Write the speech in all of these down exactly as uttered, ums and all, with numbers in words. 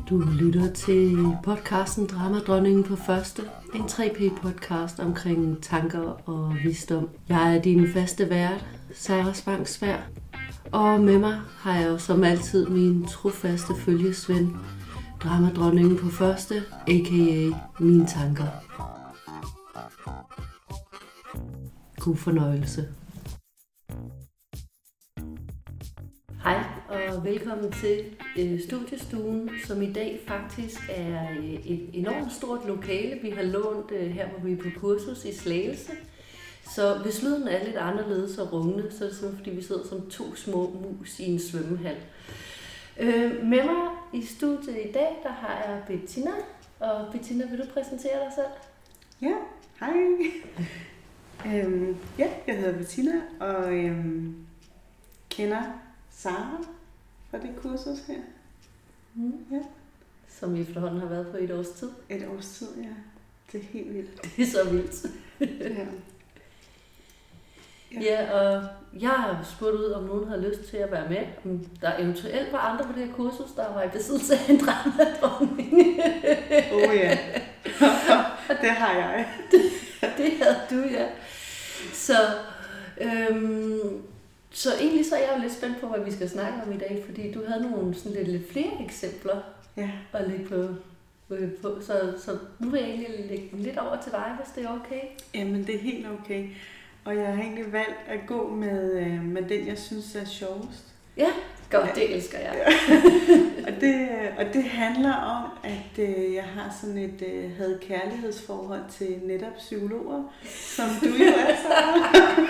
Du lytter til podcasten Dramadronningen på første, en tre P-podcast omkring tanker og visdom. Jeg er din faste vært, Sarah Spangsværd, og med mig har jeg jo som altid min trofaste følgesven, Dramadronningen på første, a k a mine tanker. God fornøjelse. Hej og velkommen til øh, studiestuen, som i dag faktisk er øh, et enormt stort lokale, vi har lånt øh, her, hvor vi er på kursus i Slagelse. Så hvis lyden er lidt anderledes og rungende, så er det simpelthen, fordi vi sidder som to små mus i en svømmehal. Øh, med mig i studiet i dag, der har jeg Bettina. Og Bettina, vil du præsentere dig selv? Ja, hej. øhm, ja, jeg hedder Bettina og øhm, kender Sarah fra det kursus her. Mm. Ja. Som vi efterhånden har været på et års tid. Et års tid, ja. Det er helt vildt. Det er så vildt. Ja. Ja. Ja, og jeg har spurgt ud, om nogen har lyst til at være med. Om der eventuelt var andre på det her kursus, der var i besiddelse af en dramadronning. Åh oh, ja, det har jeg. det, det havde du, ja. Så, øhm, så egentlig så er jeg jo lidt spændt på, hvad vi skal snakke om i dag, fordi du havde nogle sådan lidt, lidt flere eksempler ja. at lægge på. på så, så nu vil jeg egentlig lægge dem lidt over til dig, hvis det er okay. Jamen, det er helt okay. Og jeg har egentlig valgt at gå med, med den, jeg synes er sjovest. Ja, godt, det elsker jeg. Ja. og, det, og det handler om, at øh, jeg har sådan et øh, had-kærlighedsforhold til netop psykologer, som du jo er, Sarah.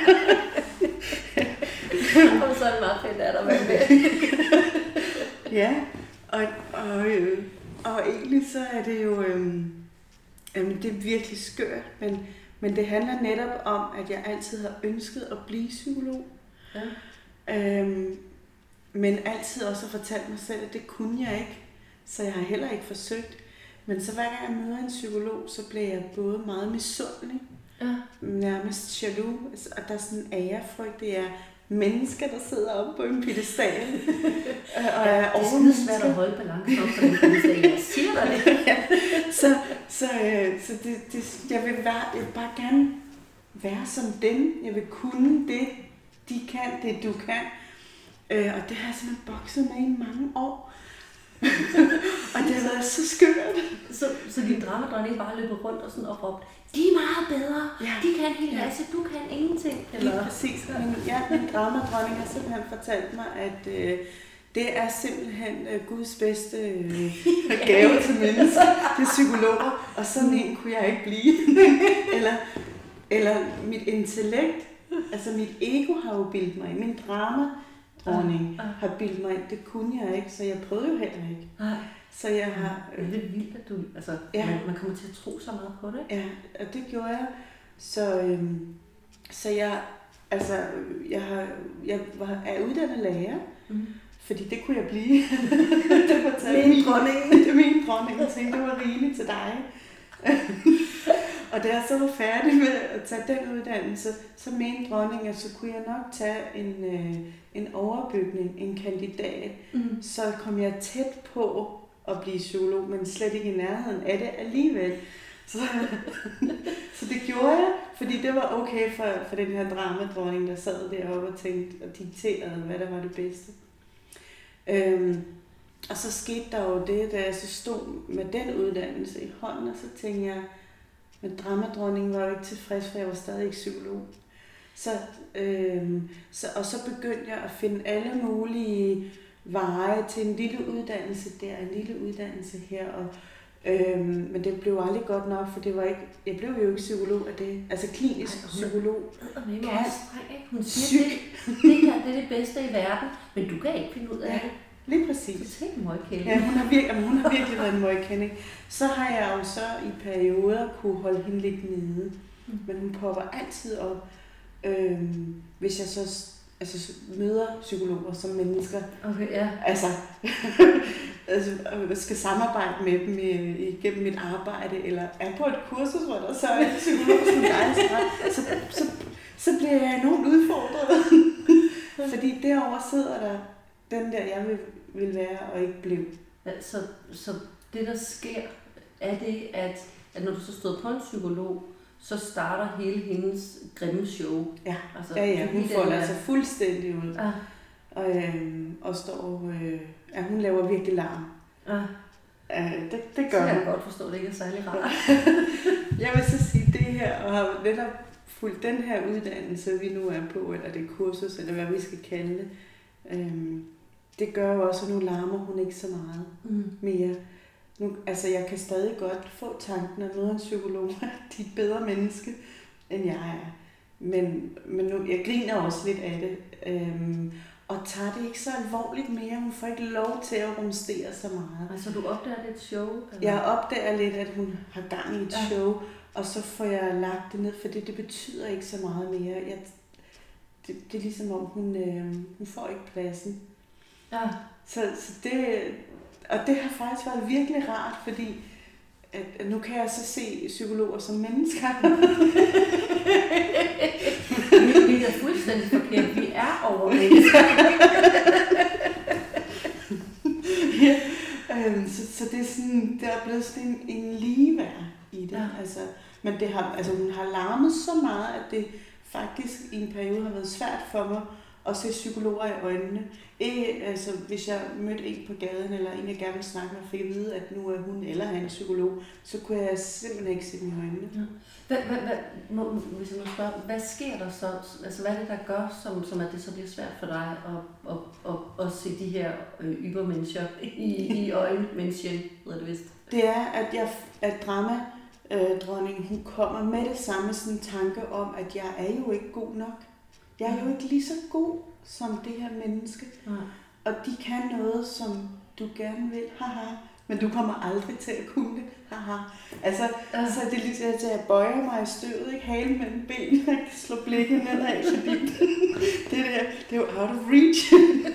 Og så er det meget fedt, at der var med. Ja, og, og, øh, og egentlig så er det jo, øh, øh, det er virkelig skørt, men Men det handler netop om, at jeg altid har ønsket at blive psykolog. Ja. Øhm, men altid også har fortalt mig selv, at det kunne jeg ikke. Så jeg har heller ikke forsøgt. Men så hver gang jeg møder en psykolog, så bliver jeg både meget misundelig, ja. Nærmest jaloux. Og der er sådan en ærefrygt. Det er mennesker, der sidder oppe på en piedestal. og ja, er det er skide svært at holde balancen op på den piedestal. Jeg siger dig det. ja, så så, øh, så det, det, jeg, vil være, jeg vil bare gerne være som dem. Jeg vil kunne det, de kan, det du kan. Øh, og det har jeg simpelthen bokset med i mange år. og det har været så skørt. Så, så din dramadronning bare løber rundt og, sådan og råbt, de er meget bedre, ja. De kan en hel masse, ja. Du kan ingenting. Eller? Lige præcis. Min, ja, min dramadronning har simpelthen fortalt mig, at øh, det er simpelthen øh, Guds bedste øh, gave til mennesker, det er psykologer, og sådan en kunne jeg ikke blive. eller, eller mit intellekt, altså mit ego har jo bildt mig, min dramadronning uh, uh. har bildt mig, det kunne jeg ikke, så jeg prøvede jo heller ikke. Uh. Så jeg har... Øh, det er vildt, at du... Altså, ja. man, man kommer til at tro så meget på det. Ja, og det gjorde jeg. Så, øhm, så jeg... Altså, jeg, har, jeg var, er uddannet lærer, mm. fordi det kunne jeg blive. det var min, min dronning. Det var min dronning. Jeg tænkte, det var rigeligt til dig. og da jeg så var færdig med at tage den uddannelse, så mente dronningen, at så kunne jeg nok tage en, øh, en overbygning, en kandidat. Mm. Så kom jeg tæt på at blive psykolog, men slet ikke i nærheden af det alligevel. Så, så det gjorde jeg, fordi det var okay for, for den her dramadronning, der sad deroppe og tænkte og dikterede, hvad der var det bedste. Øhm, og så skete der jo det, da jeg så stod med den uddannelse i hånden, og så tænkte jeg, men dramadronningen var jo ikke tilfreds, for jeg var stadig ikke psykolog. Så, øhm, så, og så begyndte jeg at finde alle mulige veje til en lille uddannelse der, en lille uddannelse her, og, øhm, men det blev aldrig godt nok, for det var ikke, jeg blev jo ikke psykolog af det, altså klinisk Ej, hun, psykolog. Hun, kan, hun siger, det, det her det er det bedste i verden, men du kan ikke finde ud af ja, det. Lige præcis. Det er en møgkælling. Ja, hun har, vir- hun har virkelig været en møgkælling. Så har jeg jo så i perioder kunne holde hende lidt nede, mm. men hun popper altid op, øhm, hvis jeg så altså møder psykologer som mennesker. Okay, ja. Altså, altså skal samarbejde med dem igennem mit arbejde, eller er på et kursus, hvor der så er en psykolog som dig, så, så, så bliver jeg enormt udfordret. Fordi derovre sidder der den der, jeg vil, vil være og ikke blev. Så, så det, der sker, er det, at, at når du så stod på en psykolog, så starter hele hendes grimme show. Ja, altså, ja, ja. Hun folder sig fuldstændig ud. Ja. Og, øh, og står, øh, ja, hun laver virkelig larm. Ja. Ja, det, det gør hun. Så kan jeg godt forstå, at det ikke er særlig rart. Jeg vil så sige det her, og har netop fulgt den her uddannelse, vi nu er på, eller det kursus, eller hvad vi skal kalde det, øhm, det gør jo også, at nu larmer hun ikke så meget mm. mere. Nu, altså, jeg kan stadig godt få tanken af noget af en psykolog, at de er et bedre menneske, end jeg er. Men, men nu, jeg griner også lidt af det, øhm, og tager det ikke så alvorligt mere. Hun får ikke lov til at rumstere så meget. Altså, du opdager lidt show? Eller? Jeg opdager lidt, at hun har gang i et ja. show, og så får jeg lagt det ned, for det, det betyder ikke så meget mere. Jeg, det, det er ligesom om, hun, øh, hun får ikke pladsen. Ja. Så, så det, og det har faktisk været virkelig rart, fordi at, at nu kan jeg så se psykologer som mennesker. vi, vi er fuldstændig forkert. Vi er over mennesker. ja, øhm, så, så det er sådan, der er blevet sådan en, en ligeværd i det. Ja. Altså, men det har, altså, hun har larmet så meget, at det faktisk i en periode har været svært for mig at se psykologer i øjnene. Ikke, altså, hvis jeg mødte en på gaden, eller en, jeg gerne ville snakke med, fik at vide, at nu er hun eller han er psykolog, så kunne jeg simpelthen ikke se dem i øjnene. Ja. Hvad, hvad, hvad, må, hvis jeg må spørge, hvad sker der så? Altså, hvad er det, der gør, som, som at det så bliver svært for dig at, at, at, at se de her øh, ybermennesker i, i øjnene, mennesker, hedder det vist? Det er, at, jeg, at drama øh, dronningen, hun kommer med det samme sådan en tanke om, at jeg er jo ikke god nok. Jeg er jo ikke lige så god som det her menneske. Ja. Og de kan noget, som du gerne vil. Haha. Men du kommer aldrig til at kunne det. Haha. Altså, ja. Så er det ligesom, at jeg bøjer mig i støvet, ikke? Halen mellem benene, jeg kan slå blikket nedad, fordi det, der, det er jo out of reach.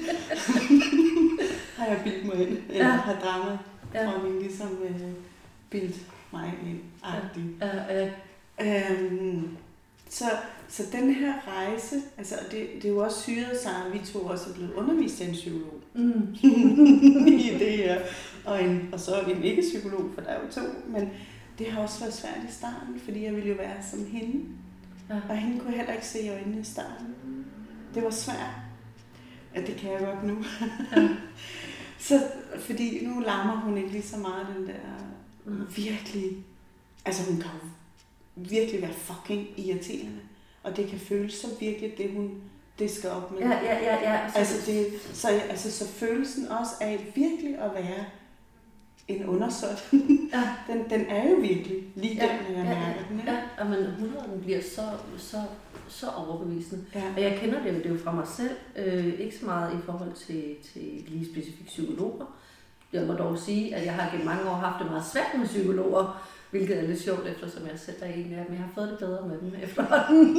Har jeg bildt mig ind, eller ja. Har drama fra min ligesom øh, bildt mig ind. Ja. Ja, ja. Øhm, så, så den her rejse, altså det, det er jo også syret sig, at vi to også er blevet undervist af en psykolog mm. i det her, og, en, og så en ikke-psykolog, for der er jo to, men det har også været svært i starten, fordi jeg ville jo være som hende, ja. Og hende kunne jeg heller ikke se i øjnene i starten. Det var svært, og det kan jeg godt nu. Ja. Så, fordi nu larmer hun ikke lige så meget den der mm. virkelig, altså hun kan jo virkelig være fucking irriterende. Og det kan føles så virkelig, det hun det skal op med. Ja, ja, ja. ja. Så, altså, det, så, altså, så følelsen også af virkelig at være en undersåt. Ja. den, den er jo virkelig lige ja, den, når jeg ja, mærker den. Ikke? Ja, men hundreden bliver så, så, så overbevisende. Ja. Og jeg kender det jo, det er jo fra mig selv. Øh, ikke så meget i forhold til, til lige specifikke psykologer. Jeg må dog sige, at jeg har gennem mange år haft det meget svært med psykologer. Hvilket er lidt sjovt, eftersom jeg selv er en af dem. Jeg har fået det bedre med dem efterhånden.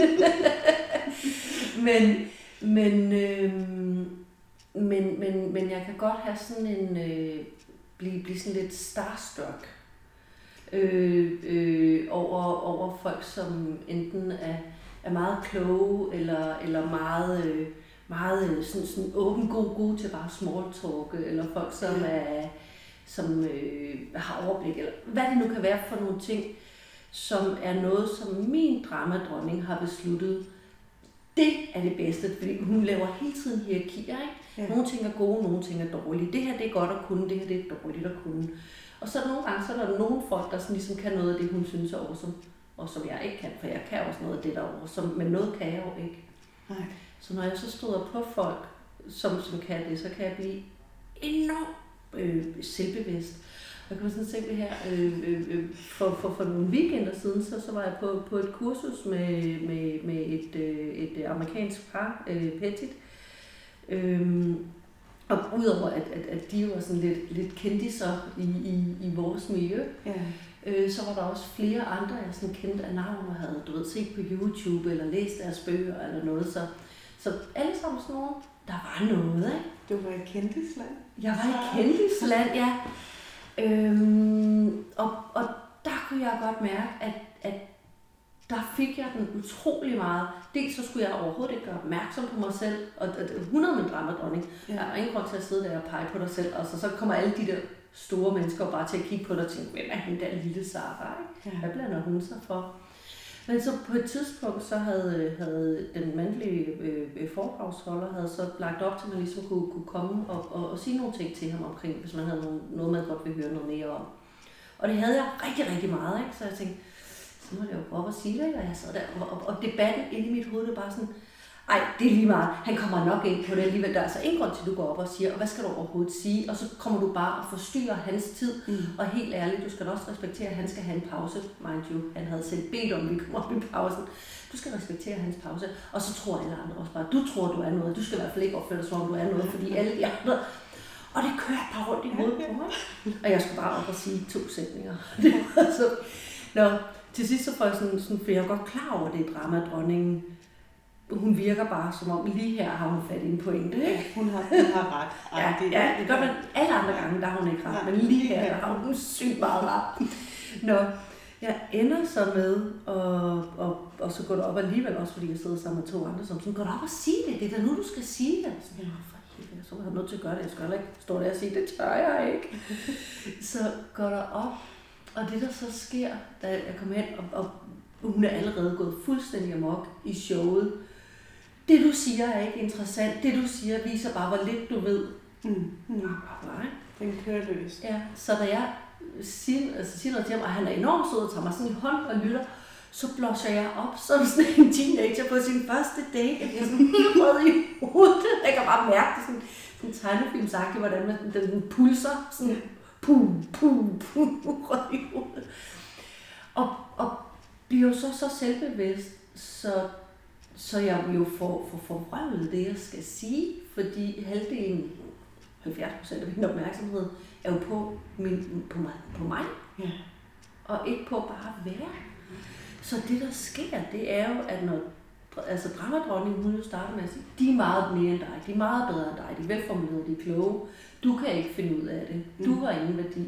men, men, øh, men, men, men jeg kan godt have sådan en, øh, blive, blive sådan lidt starstruck øh, øh, over, over folk, som enten er, er meget kloge, eller, eller meget, øh, meget sådan, sådan åben, god, god til bare small talk, eller folk, som er som øh, har overblik, eller hvad det nu kan være for nogle ting, som er noget, som min dramadronning har besluttet, det er det bedste, fordi hun laver hele tiden hierarkier, ikke? Ja. Nogle ting er gode, nogle ting er dårlige. Det her, det er godt at kunne, det her, det er dårligt at kunne. Og så nogle gange, så er der nogle folk, der sådan ligesom kan noget af det, hun synes er awesome, og som jeg ikke kan, for jeg kan også noget af det, der er awesome, men noget kan jeg jo ikke. Nej. Så når jeg så støder på folk, som, som kan det, så kan jeg blive enormt Øh, selvbevidst. Jeg kan sådan se det her, øh, øh, for, for, for nogle weekender siden, så, så var jeg på, på et kursus med, med, med et, øh, et amerikansk par, øh, Petit. Øhm, og udover at, at, at de var sådan lidt, lidt kendiser i, i, i vores miljø, ja. øh, så var der også flere andre, jeg sådan kendte af navn og havde du ved, set på YouTube eller læst deres bøger eller noget. Så, så alle sammen sådan nogle, der var noget, ikke? Du var i kendisland? Jeg var i kendisland, ja. Øhm, og, og der kunne jeg godt mærke, at, at der fik jeg den utrolig meget. Dels så skulle jeg overhovedet ikke gøre opmærksom på mig selv, og hundrede med dramadronning. Ja. Der er ingen grund til at sidde der og pege på dig selv, og så, så kommer alle de der store mennesker bare til at kigge på dig og tænke, hvem er hende der lille Sara, ikke? Hvad blander hun sig for? Men så på et tidspunkt, så havde, havde den mandlige øh, foredragsholder havde så lagt op til, at man ligesom kunne, kunne komme og, og, og sige nogle ting til ham omkring, hvis man havde noget, man godt ville høre noget mere om. Og det havde jeg rigtig, rigtig meget, ikke? Så jeg tænkte, så må jeg jo gå op og sige det, og jeg sad der, og, og, og debatten inde i mit hoved, det var bare sådan, ej, det er lige meget, han kommer nok ind på det alligevel, der er altså ingen grund til, at du går op og siger, og hvad skal du overhovedet sige, og så kommer du bare og forstyrrer hans tid, mm. og helt ærligt, du skal også respektere, at han skal have en pause, mind you, han havde selv bedt om, at vi kommer op i pausen, du skal respektere hans pause, og så tror alle andre også bare, du tror, du er noget, du skal i hvert fald ikke opføre dig, som om du er noget, fordi alle de andre, og det kører bare rundt i hovedet på mig, og jeg skulle bare op og sige to sætninger. Det var så, nå, til sidst så får jeg sådan, sådan, for jeg er godt klar over det drama, dronningen. Hun virker bare som om, lige her har hun fat i en pointe, ikke? Ja, hun har, hun har ret. Ej, ja, det, ja, det gør man alle andre gange, der har hun ikke ret, men lige her, der har hun sygt meget ret. Nå, jeg ender så med, og, og, og så går det op alligevel også, fordi jeg sidder sammen med to andre, som sådan, går du op og sige det, det er da nu, du skal sige det. Så, ja, for helvede, så var jeg nødt til at gøre det, jeg skal heller ikke stå der og sige, det tør jeg ikke. Så går der op, og det der så sker, da jeg kommer hen, og, og hun er allerede gået fuldstændig amok i showet. Det du siger er ikke interessant. Det du siger viser bare, hvor lidt du ved. Mm. Mm. Den kører løs. Ja, så da jeg siger, altså siger noget til ham, og han er enormt sød og tager mig sådan i hånd og lytter, så blåser jeg op som sådan en teenager på sin første date. Jeg bliver sådan helt rød i hovedet. Jeg kan bare mærke det sådan, sådan tegnefilmsagtigt, hvordan man, den, den pulser. Sådan puh, puh, puh, rød i hovedet. Og, og bliver jo så, så selvbevidst, så Så jeg jo får, får forvrøvlet det, jeg skal sige, fordi halvdelen, halvfjerds procent af min opmærksomhed, er jo på, min, på, mig, på mig, ja. Og ikke på bare at være. Så det, der sker, det er jo, at når altså dramadronningen, hun jo starter med at sige, de er meget mere end dig, de er meget bedre end dig, de er velformulerede, de er kloge, du kan ikke finde ud af det, du har ingen værdi.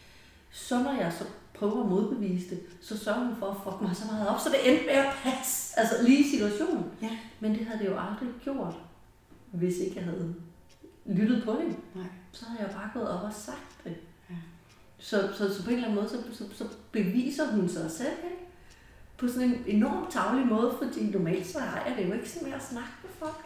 Så når jeg så prøver at modbevise det, så sørger hun for at fuck mig så meget op, så det endte med at passe. Altså lige i situationen. Ja. Men det havde det jo aldrig gjort, hvis ikke jeg havde lyttet på det. Nej. Så havde jeg bare gået op og sagt det. Ja. Så, så, så på en eller anden måde, så, så, så beviser hun sig selv, ikke? På sådan en enormt tarvelig måde, fordi normalt så har jeg det jo ikke sådan med at snakke med folk.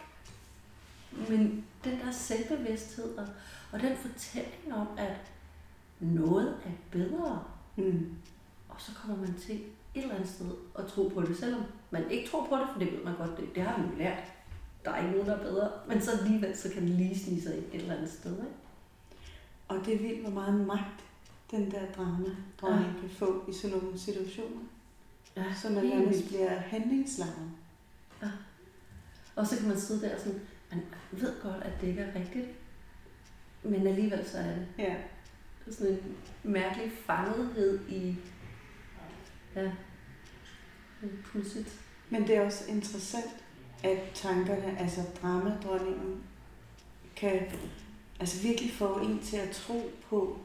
Men den der selvbevidsthed og, og den fortælling om, at noget er bedre, mm. og så kommer man til et eller andet sted og tro på det, selvom man ikke tror på det, for det ved man godt, det, det har man jo lært. Der er ikke nogen, der er bedre, men så alligevel så kan det lige snige sig et eller andet sted, ikke? Og det er vildt, hvor meget magt den der drama, dronning ja. Kan få i sådan nogle situationer. Ja, så man nærmest bliver handlingslammet. Ja. Og så kan man sidde der og sådan, man ved godt, at det ikke er rigtigt, men alligevel så er det. Ja. Sådan en mærkelig fangethed i, ja, pudsigt. Men det er også interessant, at tankerne, altså dramadronningen, kan altså virkelig få en til at tro på,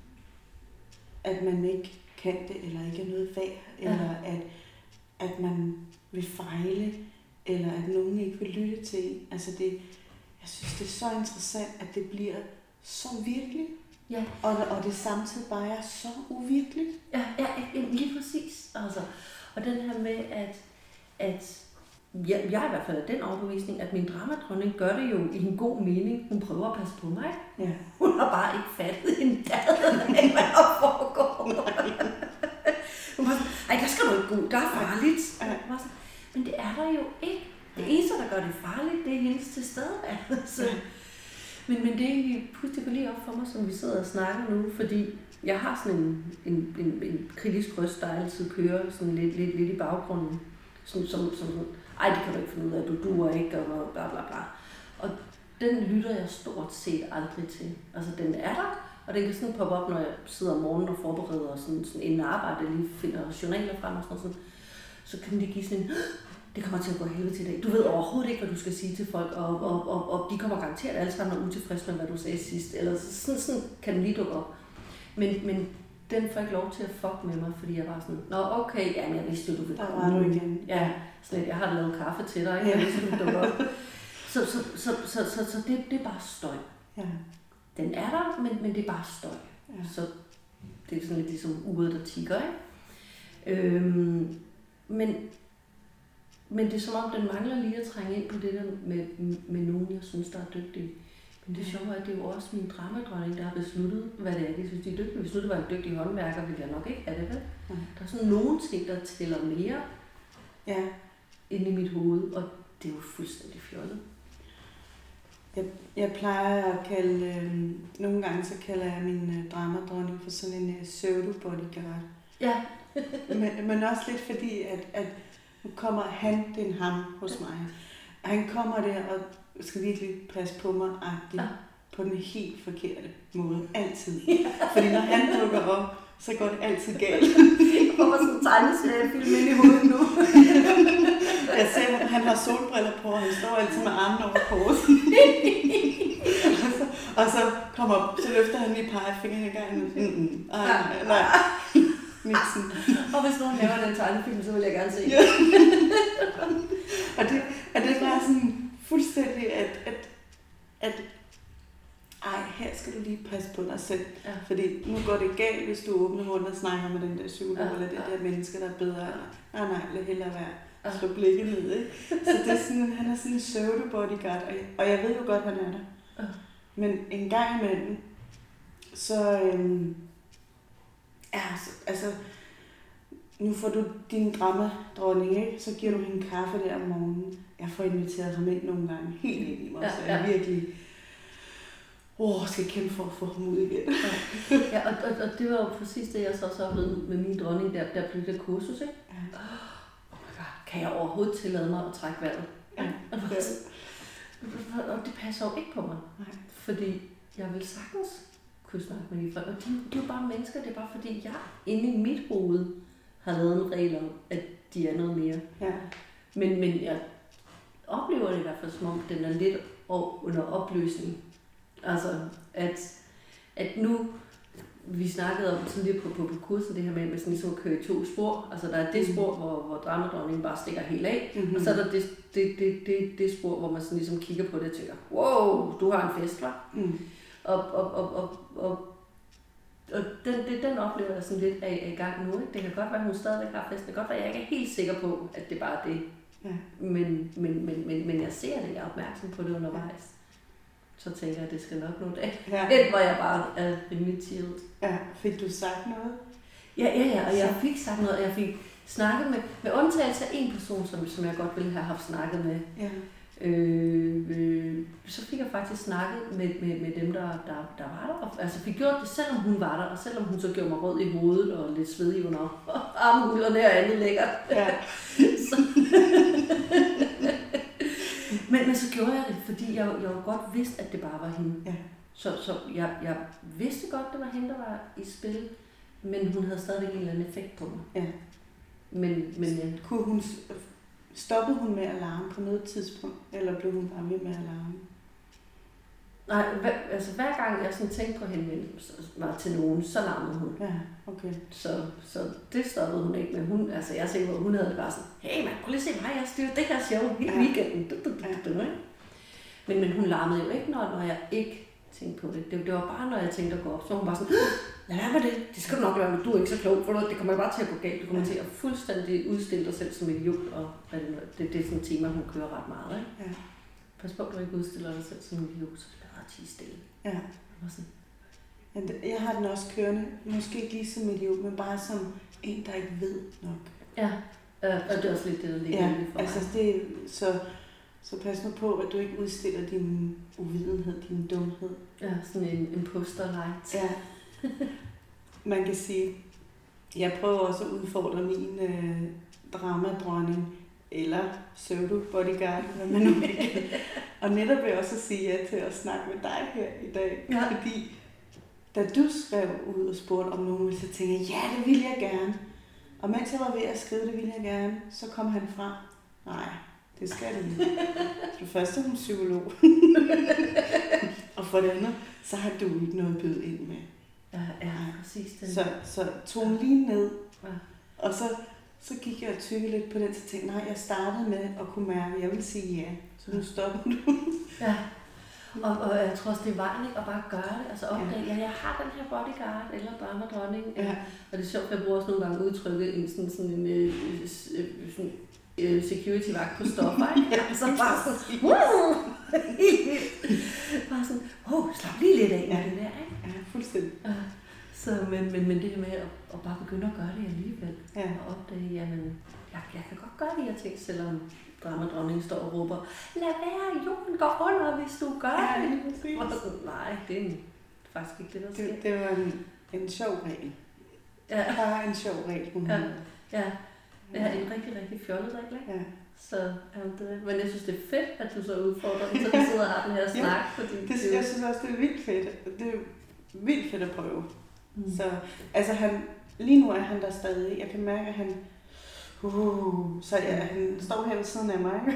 at man ikke kan det, eller ikke er noget værd, ja. Eller at, at man vil fejle, eller at nogen ikke vil lytte til en. Altså det, jeg synes, det er så interessant, at det bliver så virkeligt. Ja. Og, og det samtidig bare er så uvirkeligt. Ja, ja, lige præcis. Altså. Og den her med, at, at jeg, jeg er i hvert fald af den overbevisning, at min dramadronning gør det jo i en god mening. Hun prøver at passe på mig. Ja. Hun har bare ikke fattet en dad af, hvad der foregår. Hun var sådan, ej, der skal du ikke gå, der er farligt. Ja. Sådan, men det er der jo ikke. Det eneste, der gør det farligt, det er hendes tilstedeværelse. Ja. Men, men det er egentlig pludselig lige op for mig, som vi sidder og snakker nu, fordi jeg har sådan en, en, en, en kritisk røst, der altid kører sådan lidt, lidt, lidt i baggrunden. Som, som, som sådan, ej, det kan du ikke finde ud af, du duer ikke, og bla bla bla. Og den lytter jeg stort set aldrig til. Altså, den er der, og den kan sådan poppe op, når jeg sidder om morgenen og forbereder sådan, sådan en arbejde, lige finder journaler frem og sådan noget. Så kan de give sådan en, det kommer til at gå helvede til i dag. Du ved overhovedet ikke, hvad du skal sige til folk, og, og, og, og de kommer garanteret alle sammen utilfredse med, hvad du sagde sidst. Eller sådan, sådan kan den lige dukke op. Men, men den får ikke lov til at fuck med mig, fordi jeg var sådan, nå okay, ja, men jeg vidste jo, du ville komme. Der var du igen. Ja, sådan jeg har lavet kaffe til dig, ikke? Jeg vidste, du dukker op. Så, så, så, så, så, så det, det er bare støj. Ja. Den er der, men, men det er bare støj. Ja. Så det er sådan lidt ligesom uret, der tikker, ikke? Øhm, men, men det er som om, den mangler lige at trænge ind på det der med, med nogen, jeg synes, der er dygtige. Men det sjove er, at det er jo også min dramadronning, der har besluttet, hvad det er, de synes, de er dygtige. Hvis nu det var en dygtig håndværker, ville jeg nok ikke have det, vel? Mm. Der er sådan nogle ting, der tæller mere ja. inde i mit hoved, og det er jo fuldstændig fjollet. Jeg, jeg plejer at kalde, øh, nogle gange så kalder jeg min øh, dramadronning for sådan en øh, pseudo-bodyguard. Ja. men, men også lidt fordi, at, at nu kommer han, det er en ham hos mig. Han kommer der og skal virkelig passe på mig agtigt, ja. På den helt forkerte måde. Altid. Ja. Fordi når han dukker op, så går det altid galt. Jeg kommer sådan en tegneseriefilm ind i hovedet nu. Jeg ser, at han har solbriller på, og han står altid med armen over korsen. og, så, og så kommer så løfter han lige pegefingeren i gang. Mm-mm. Ej, nej, nej. Nixon. Og hvis nogen laver den tegnefilm, så vil jeg gerne se det. Ja. Og det, er det bare sådan fuldstændig, at, at, at ej, her skal du lige passe på dig selv. Ja. Fordi nu går det galt, hvis du åbner munden og snakker med den der psykolog, ja, eller det ja. Der menneske, der er bedre. Eller, nej, nej, lad hellere være. Ja. Slå blikket ned, ikke? Så det er sådan, han er sådan en pseudo-bodyguard, og jeg, og jeg ved jo godt, han er der. Ja. Men en gang imellem, så, øhm, ja, så, altså, nu får du din dramadronning, ikke? Så giver du hende kaffe der om morgenen. Jeg får inviteret ham ind nogle gange, helt ind i mig, ja, så jeg ja. virkelig åh, skal kæmpe for at få ham ud igen. Ja, ja og, og, og det var jo præcis det, jeg så også oplevede med min dronning, der, der blev det kursus, ikke? Ja. Oh my god, kan jeg overhovedet tillade mig at trække vejret? Ja. Og, og det passer jo ikke på mig, nej. Fordi jeg vil sagtens kunne snakke med de folk, og de, de er jo bare mennesker, det er bare fordi, jeg inde i mit hoved har lavet en regel om, at de er noget mere. Ja. Men, men jeg oplever det i hvert fald som om, den er lidt under opløsning. Altså, at, at nu, vi snakkede om sådan lige på, på, på kursen, det her med, med sådan ligesom at køre i to spor. Altså, der er det spor, hvor, hvor dramadronningen bare stikker helt af, mm-hmm. og så er der det, det, det, det, det spor, hvor man sådan ligesom kigger på det og tænker, wow, du har en fest, hva'? Mm. Og, og, og, og, og, og den, det, den oplever jeg sådan lidt af, af i gang nu, ikke? Det kan godt være, at hun stadigvæk har fest. Det kan godt være, at jeg ikke er helt sikker på, at det bare er det. Ja. Men, men, men, men, men jeg ser det, jeg er opmærksom på det undervejs. Så tænker jeg, at det skal nok nå dag. Ja. Et, hvor jeg bare er rimelig chillet. Ja, fik du sagt noget? Ja, ja, ja, og jeg fik sagt noget, og jeg fik snakket med, med undtagelse af en person, som, som jeg godt ville have haft snakket med. Ja. Øh, øh, så fik jeg faktisk snakket med, med, med dem, der, der, der var der. Og, altså fik gjort det, selvom hun var der, og selvom hun så gjorde mig rød i hovedet og lidt svedig under armhulerne og andet lækkert. Ja. så, men, men så gjorde jeg det, fordi jeg, jeg jo godt vidste, at det bare var hende. Ja. Så, så jeg, jeg vidste godt, det var hende, der var i spil, men hun havde stadig en eller anden effekt på mig. Ja. Men, men ja. Kunne hun, stoppede hun med at larme på noget tidspunkt, eller blev hun bare ved med at larme? Nej, hver, altså hver gang jeg sådan tænkte på hende, var til nogen, så larmede hun. Ja, okay. Så, så det stoppede hun ikke med. Hun, altså jeg er sikker på, at hun havde det bare sådan, hey man, prøv lige se mig, jeg styrer det her show hele ja. weekenden. Du, du, du, du, du, men, men hun larmede jo ikke, når, når jeg ikke tænkte på det. det. Det var bare, når jeg tænkte at gå op, så hun bare sådan, lad være med det, det skal du nok gøre, men du er ikke så klog, for det kommer bare til at gå galt. Du kommer ja. til at fuldstændig udstille dig selv som idiot, og hvad det, det, det er sådan et tema, hun kører ret meget. Ikke? Ja. Pas på, at du ikke udstiller dig selv som idiot, så det er ret stille. Ja. Jeg har den også kørende, måske ikke lige som idiot, men bare som en, der ikke ved nok. Ja, øh, og det er også lidt det, der ligger ja, for altså mig. Det, så, så pas nu på, at du ikke udstiller din uvidenhed, din dumhed. Ja, sådan en imposter light. Ja. Man kan sige, jeg prøver også at udfordre min øh, dramadronning, eller pseudo-bodyguard, hvad man nu kan. Og netop vil jeg også sige ja til at snakke med dig her i dag, ja. Fordi da du skrev ud og spurgte om nogen, så tænkte jeg, ja, det ville jeg gerne. Og mens jeg var ved at skrive, det ville jeg gerne, så kom han fra, nej, det skal det ikke. For det første er hun psykolog. Og for det andet, så har du ikke noget at byde ind med. Ja, ja, præcis. Den. Så, så tog hun lige ned, ja. Og så, så gik jeg og tykkede lidt på den, så tænkte nej, jeg startede med at kunne mærke, at jeg vil sige ja. Så nu stopper du. Ja, Og, og jeg tror også, det er vejen, ikke? At bare gøre det. Altså opdage, ja. ja, jeg har den her bodyguard, eller dramadronning. Ja. Og det er sjovt, at jeg bruger også nogle gange udtrykket en sådan, sådan en øh, sådan, øh, security-vagt på stoffer, ikke? Ja, så bare sådan, wow! Bare sådan, oh, slap lige lidt af med ja. det der, ikke? Ja, fuldstændig. Ja. Så, men, men, men det her med at, at bare begynde at gøre det alligevel, ja. og opdage, jamen, jeg, jeg kan godt gøre de her ting, selvom dramadronningen står og råber, lad være, jorden går under, hvis du gør ja, det. Og så, nej, det er faktisk ikke det, der sker. Det, det var en, en sjov regel. Ja. Bare en sjov regel. Ja, ja. Det er en rigtig, rigtig fjollet regel, ikke? Ja. Så, um, det, men jeg synes, det er fedt, at du så udfordrer den, så du sidder og har den her snak. Ja, fordi det, det, jeg synes også, det er vildt fedt. Det er vildt fedt at prøve. Mm. Så, altså han, lige nu er han der stadig. Jeg kan mærke, at han, uh, så ja, han står her ved siden af mig,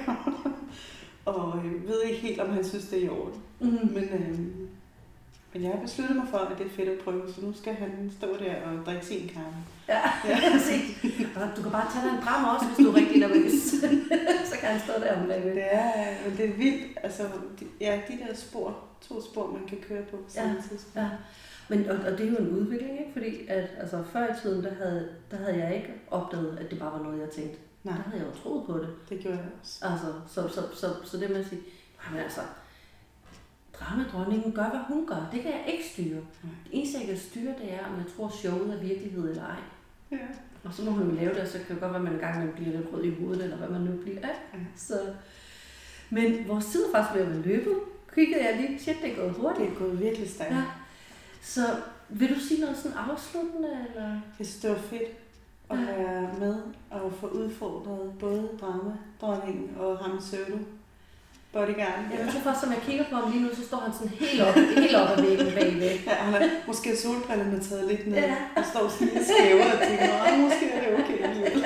og jeg ved ikke helt, om han synes, det er i orden. Mm. Men, øh, men jeg har besluttet mig for, at det er fedt at prøve, så nu skal han stå der og drikke sin kaffe. Ja, ja. Du kan bare tage dig en dram også, hvis du er rigtig nervøs. Så kan han stå der om bagved. Det er, men det er vildt. Altså, de, ja, de der spor, to spor, man kan køre på samme ja, tidspunkt. Ja. Men, og, og det er jo en udvikling, ikke? Fordi at, altså, før i tiden, der havde, der havde jeg ikke opdaget, at det bare var noget, jeg tænkte. Nej. Der havde jeg jo troet på det. Det gjorde jeg også. Altså, så, så, så, så det med at sige, jamen altså, dramadronningen gør, hvad hun gør. Det kan jeg ikke styre. Mm. Det eneste, jeg kan styre, det er, om jeg tror, showet er virkelighed eller ej. Ja. Og så må hun jo lave det, og så kan det godt være, at man engang bliver lidt rød i hovedet, eller hvad man nu bliver. Ja. Mm. Så. Men vores tid er faktisk ved at være løbet. Kiggede jeg lige, shit, det er gået hurtigt. Det er gået virkelig stærkt. Ja. Så vil du sige noget sådan afsluttende? Eller? Jeg synes, det var fedt at ja. være med og få udfordret både dramadronningen og ham pseudo bodyguarden. Ja, så først, som jeg kigger på ham lige nu, så står han sådan helt op, helt op ad væggen bagved. Ja, han har måske solbrillerne taget lidt ned, ja. og står sådan lidt skæver og tænker, måske er det okay alligevel.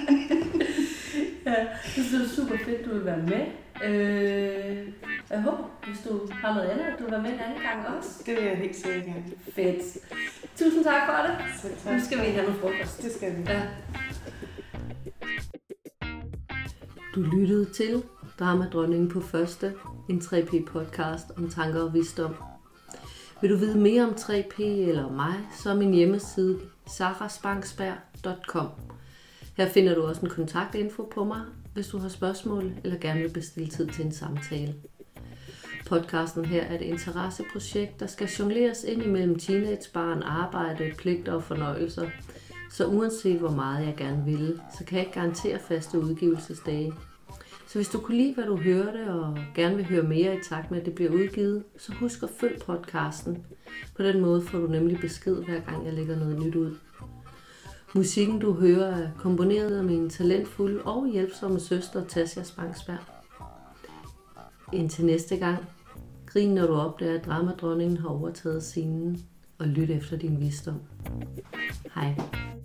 Ja, det synes det er super fedt, du vil være med. Øh, jeg håber, hvis du har noget andet, at du vil være med en anden gang også. Det vil jeg helt sikkert gerne. Fedt. Tusind tak for det. Selv tak. Nu skal vi have noget frokost. Det skal vi. Ja. Du lyttede til Dramadronningen på første, en tre P podcast om tanker og visdom. Vil du vide mere om tre P eller mig, så er min hjemmeside sara spangsberg punktum com. Her finder du også en kontaktinfo på mig, hvis du har spørgsmål eller gerne vil bestille tid til en samtale. Podcasten her er et interesseprojekt, der skal jongleres ind imellem teenagebarn, arbejde, pligter og fornøjelser. Så uanset hvor meget jeg gerne vil, så kan jeg ikke garantere faste udgivelsesdage. Så hvis du kunne lide, hvad du hørte, og gerne vil høre mere i takt med, at det bliver udgivet, så husk at følg podcasten. På den måde får du nemlig besked, hver gang jeg lægger noget nyt ud. Musikken, du hører, er komponeret af min talentfulde og hjælpsomme søster, Tasja Spangsberg. Indtil næste gang, grin når du opdager, at dramadronningen har overtaget scenen, og lyt efter din visdom. Hej.